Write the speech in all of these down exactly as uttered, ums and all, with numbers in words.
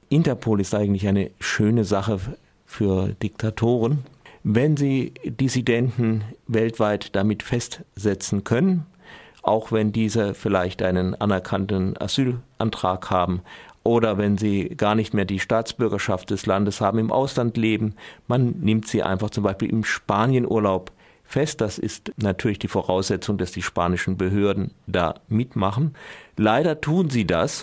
Interpol ist eigentlich eine schöne Sache für Diktatoren, wenn sie Dissidenten weltweit damit festsetzen können, auch wenn diese vielleicht einen anerkannten Asylantrag haben oder wenn sie gar nicht mehr die Staatsbürgerschaft des Landes haben, im Ausland leben. Man nimmt sie einfach zum Beispiel im Spanienurlaub fest. Das ist natürlich die Voraussetzung, dass die spanischen Behörden da mitmachen. Leider tun sie das.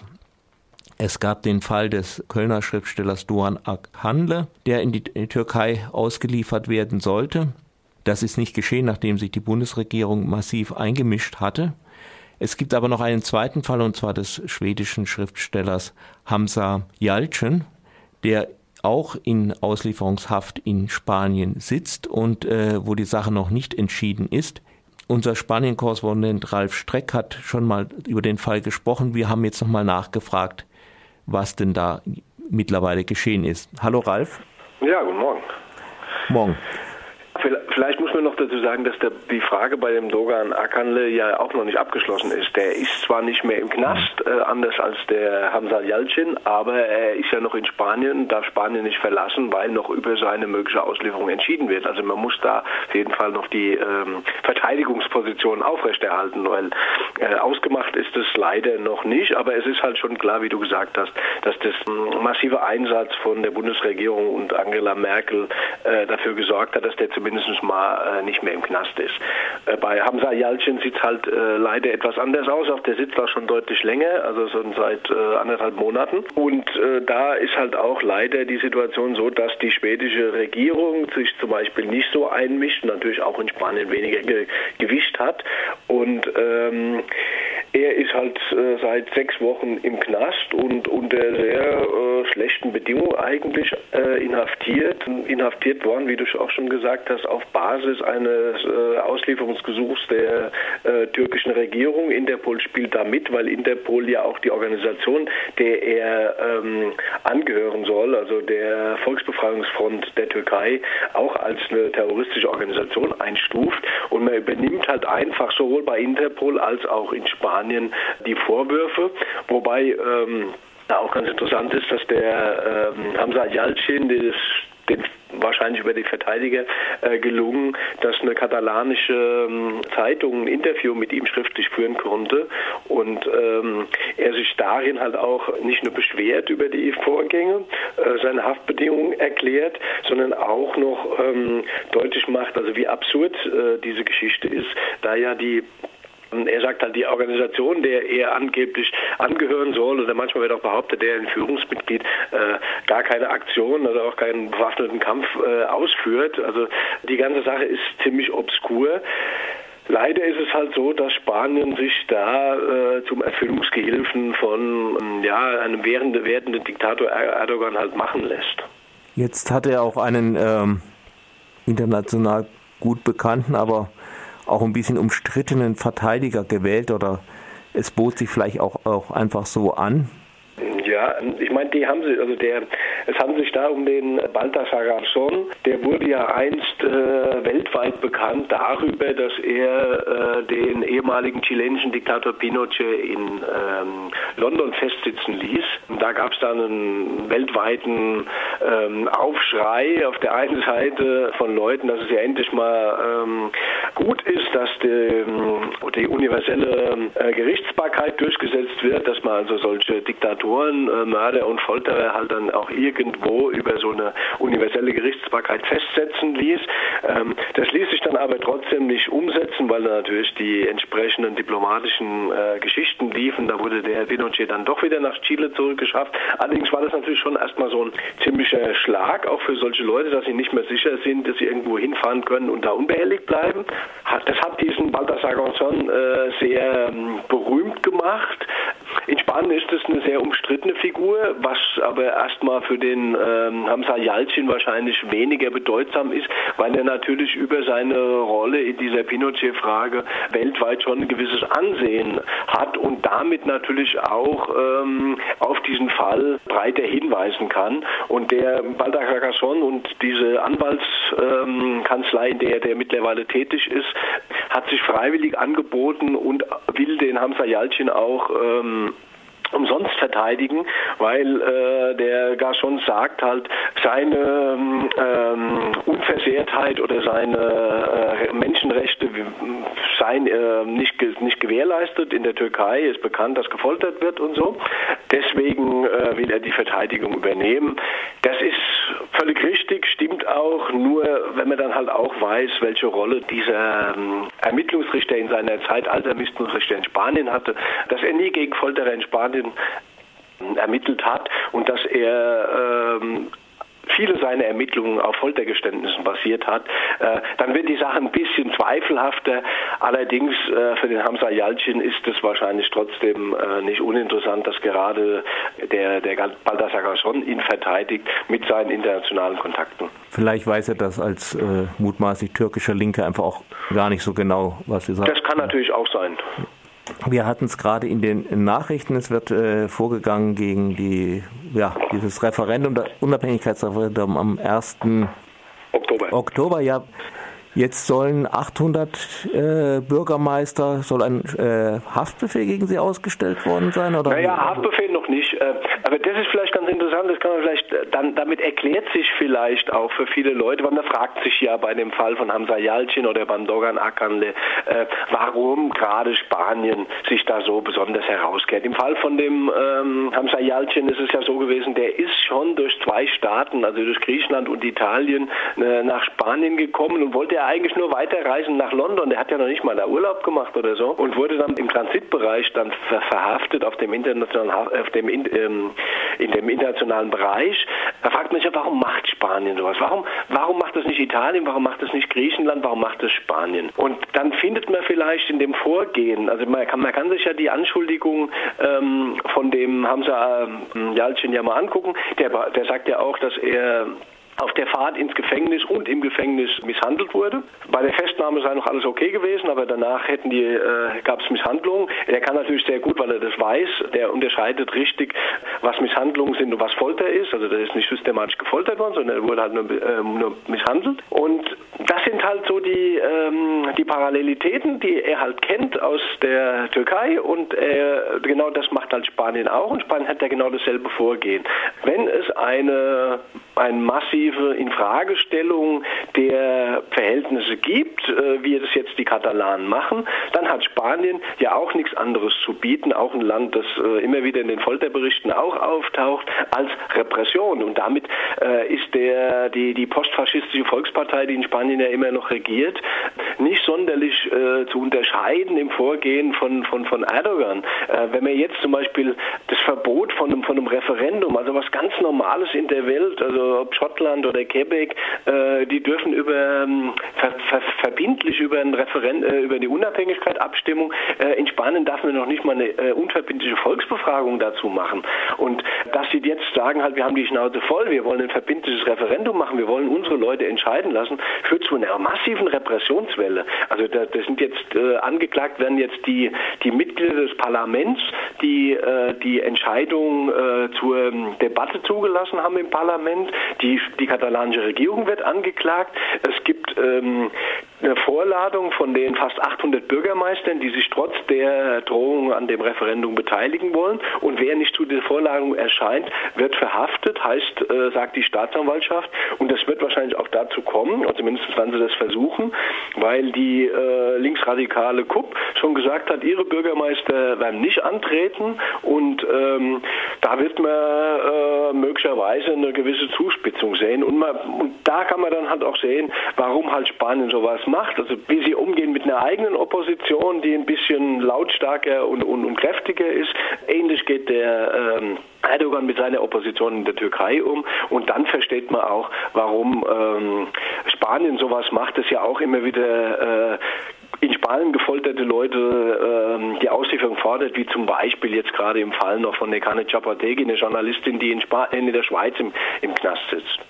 Es gab den Fall des Kölner Schriftstellers Doğan Akhanlı, der in die Türkei ausgeliefert werden sollte. Das ist nicht geschehen, nachdem sich die Bundesregierung massiv eingemischt hatte. Es gibt aber noch einen zweiten Fall, und zwar des schwedischen Schriftstellers Hamza Yalçın, der auch in Auslieferungshaft in Spanien sitzt und äh, wo die Sache noch nicht entschieden ist. Unser Spanien-Korrespondent Ralf Streck hat schon mal über den Fall gesprochen. Wir haben jetzt noch mal nachgefragt, was denn da mittlerweile geschehen ist. Hallo Ralf. Ja, guten Morgen. Morgen. Vielleicht muss man noch dazu sagen, dass der, die Frage bei dem Doğan Akhanlı ja auch noch nicht abgeschlossen ist. Der ist zwar nicht mehr im Knast, äh, anders als der Hamza Yalçın, aber er ist ja noch in Spanien, darf Spanien nicht verlassen, weil noch über seine mögliche Auslieferung entschieden wird. Also man muss da auf jeden Fall noch die ähm, Verteidigungsposition aufrechterhalten, weil äh, ausgemacht ist es leider noch nicht, aber es ist halt schon klar, wie du gesagt hast, dass das äh, massive Einsatz von der Bundesregierung und Angela Merkel äh, dafür gesorgt hat, dass der zumindest mindestens mal äh, nicht mehr im Knast ist. Äh, bei Hamza Yalçın sieht es halt äh, leider etwas anders aus. Auch der sitzt da schon deutlich länger, also schon seit äh, anderthalb Monaten. Und äh, da ist halt auch leider die Situation so, dass die schwedische Regierung sich zum Beispiel nicht so einmischt und natürlich auch in Spanien weniger ge- Gewicht hat. Und ähm, er ist halt äh, seit sechs Wochen im Knast und unter sehr äh, schlechten Bedingungen eigentlich äh, inhaftiert. Inhaftiert worden, wie du auch schon gesagt hast, auf Basis eines äh, Auslieferungsgesuchs der äh, türkischen Regierung. Interpol spielt da mit, weil Interpol ja auch die Organisation, der er ähm, angehören soll, also der Volksbefreiungsfront der Türkei, auch als eine terroristische Organisation einstuft. Und man übernimmt halt einfach sowohl bei Interpol als auch in Spanien die Vorwürfe, wobei ähm, auch ganz interessant ist, dass der ähm, Hamza Yalçın, den wahrscheinlich über die Verteidiger äh, gelungen, dass eine katalanische ähm, Zeitung ein Interview mit ihm schriftlich führen konnte und ähm, er sich darin halt auch nicht nur beschwert über die Vorgänge, äh, seine Haftbedingungen erklärt, sondern auch noch ähm, deutlich macht, also wie absurd äh, diese Geschichte ist, da ja die Er sagt halt, die Organisation, der er angeblich angehören soll, oder manchmal wird auch behauptet, der ein Führungsmitglied äh, gar keine Aktion oder auch keinen bewaffneten Kampf äh, ausführt. Also die ganze Sache ist ziemlich obskur. Leider ist es halt so, dass Spanien sich da äh, zum Erfüllungsgehilfen von ähm, ja, einem werdenden, werdenden Diktator Erdogan halt machen lässt. Jetzt hat er auch einen ähm, international gut bekannten, aber auch ein bisschen umstrittenen Verteidiger gewählt, oder es bot sich vielleicht auch, auch einfach so an? Ja, ich meine, die haben sie, also der, es handelt sich da um den Baltasar Garzón. Der wurde ja einst äh, weltweit bekannt darüber, dass er äh, den ehemaligen chilenischen Diktator Pinochet in ähm, London festsitzen ließ. Und da gab es dann einen weltweiten ähm, Aufschrei auf der einen Seite von Leuten, dass es ja endlich mal ähm, gut ist, dass die, die universelle äh, Gerichtsbarkeit durchgesetzt wird, dass man also solche Diktatoren, Mörder und Folterer halt dann auch irgendwo über so eine universelle Gerichtsbarkeit festsetzen ließ. Ähm, das ließ sich dann aber trotzdem nicht umsetzen, weil natürlich die entsprechenden diplomatischen äh, Geschichten liefen. Da wurde der Pinochet dann doch wieder nach Chile zurückgeschafft. Allerdings war das natürlich schon erstmal so ein ziemlicher Schlag, auch für solche Leute, dass sie nicht mehr sicher sind, dass sie irgendwo hinfahren können und da unbehelligt bleiben. Das hat diesen Baltasar Garzón äh, sehr ähm, berühmt gemacht. In Spanien ist es eine sehr umstrittene Figur, was aber erstmal für den ähm, Hamza Yalçın wahrscheinlich weniger bedeutsam ist, weil er natürlich über seine Rolle in dieser Pinochet-Frage weltweit schon ein gewisses Ansehen hat und damit natürlich auch ähm, auf diesen Fall breiter hinweisen kann. Und der Baltasar Garzón und diese Anwaltskanzlei, ähm, in der der mittlerweile tätig ist, hat sich freiwillig angeboten und will den Hamza Yalçın auch ähm, umsonst verteidigen, weil äh, der Garzón sagt halt, seine ähm, Unversehrtheit oder seine äh, Menschenrechte seien äh, nicht, nicht gewährleistet. In der Türkei ist bekannt, dass gefoltert wird und so. Deswegen äh, will er die Verteidigung übernehmen. Das ist völlig richtig, stimmt auch, nur wenn man dann halt auch weiß, welche Rolle dieser ähm, Ermittlungsrichter in seiner Zeit als Ermittlungsrichter in Spanien hatte, dass er nie gegen Folterer in Spanien ermittelt hat und dass er ähm, viele seiner Ermittlungen auf Foltergeständnissen basiert hat, äh, dann wird die Sache ein bisschen zweifelhafter. Allerdings äh, für den Hamza Yalcin ist es wahrscheinlich trotzdem äh, nicht uninteressant, dass gerade der, der Baldassar Garzón ihn verteidigt mit seinen internationalen Kontakten. Vielleicht weiß er das als äh, mutmaßlich türkischer Linke einfach auch gar nicht so genau, was er sagt. Das kann natürlich auch sein. Wir hatten es gerade in den Nachrichten, es wird äh, vorgegangen gegen die, ja, dieses Referendum, das Unabhängigkeitsreferendum am ersten Oktober. Oktober, ja. Jetzt sollen achthundert äh, Bürgermeister, soll ein äh, Haftbefehl gegen sie ausgestellt worden sein? Oder? Naja, Haftbefehl noch nicht. Äh, aber das ist vielleicht ganz interessant, das kann man vielleicht, dann, damit erklärt sich vielleicht auch für viele Leute, weil man fragt sich ja bei dem Fall von Hamza Yalcin oder beim Doğan Akhanlı, äh, warum gerade Spanien sich da so besonders herauskehrt. Im Fall von dem ähm, Hamza Yalcin ist es ja so gewesen, der ist schon durch zwei Staaten, also durch Griechenland und Italien, äh, nach Spanien gekommen und wollte ja eigentlich nur weiterreisen nach London. Der hat ja noch nicht mal da Urlaub gemacht oder so und wurde dann im Transitbereich dann ver- verhaftet auf dem internationalen, auf dem, ähm, in dem internationalen Bereich. Da fragt man sich ja, warum macht Spanien sowas? Warum, warum macht das nicht Italien? Warum macht das nicht Griechenland? Warum macht das Spanien? Und dann findet man vielleicht in dem Vorgehen, also man kann, man kann sich ja die Anschuldigung ähm, von dem Hamza ähm, Yalcin ja mal angucken. Der, der sagt ja auch, dass er auf der Fahrt ins Gefängnis und im Gefängnis misshandelt wurde. Bei der Festnahme sei noch alles okay gewesen, aber danach hätten die, äh, gab es Misshandlungen. Er kann natürlich sehr gut, weil er das weiß, der unterscheidet richtig, was Misshandlungen sind und was Folter ist. Also der ist nicht systematisch gefoltert worden, sondern er wurde halt nur, äh, nur misshandelt. Und das sind halt so die, ähm, die Parallelitäten, die er halt kennt aus der Türkei und äh, genau das macht halt Spanien auch und Spanien hat ja genau dasselbe Vorgehen. Wenn es eine, ein massiv Infragestellung der Verhältnisse gibt, wie es jetzt die Katalanen machen, dann hat Spanien ja auch nichts anderes zu bieten, auch ein Land, das immer wieder in den Folterberichten auch auftaucht, als Repression. Und damit ist der, die, die postfaschistische Volkspartei, die in Spanien ja immer noch regiert, nicht sonderlich äh, zu unterscheiden im Vorgehen von, von, von Erdogan. Äh, wenn man jetzt zum Beispiel das Verbot von einem, von einem Referendum, also was ganz Normales in der Welt, also ob Schottland oder Quebec, äh, die dürfen über ähm, ver, ver, verbindlich über ein Referendum, äh, über die Unabhängigkeit-Abstimmung. Äh, in Spanien darf man noch nicht mal eine äh, unverbindliche Volksbefragung dazu machen. Und dass sie jetzt sagen, halt, wir haben die Schnauze voll, wir wollen ein verbindliches Referendum machen, wir wollen unsere Leute entscheiden lassen, führt zu einer massiven Repressionswelle. Also da, das sind jetzt äh, angeklagt werden jetzt die die Mitglieder des Parlaments, die äh, die Entscheidung äh, zur ähm, Debatte zugelassen haben im Parlament. Die die katalanische Regierung wird angeklagt. Es gibt ähm, eine Vorladung von den fast achthundert Bürgermeistern, die sich trotz der Drohung an dem Referendum beteiligen wollen. Und wer nicht zu dieser Vorladung erscheint, wird verhaftet, heißt, äh, sagt die Staatsanwaltschaft. Und das wird wahrscheinlich auch dazu kommen, oder zumindest werden sie das versuchen, weil die äh, linksradikale K U P schon gesagt hat, ihre Bürgermeister werden nicht antreten. Und ähm, da wird man äh, möglicherweise eine gewisse Zuspitzung sehen. Und, man, und da kann man dann halt auch sehen, warum halt Spanien sowas macht, also wie sie umgehen mit einer eigenen Opposition, die ein bisschen lautstarker und, und, und kräftiger ist. Ähnlich geht der ähm, Erdogan mit seiner Opposition in der Türkei um und dann versteht man auch, warum ähm, Spanien sowas macht, das ja auch immer wieder äh, in Spanien gefolterte Leute äh, die Auslieferung fordert, wie zum Beispiel jetzt gerade im Fall noch von Nekane Chapategui, eine Journalistin, die in, Sp- in der Schweiz im, im Knast sitzt.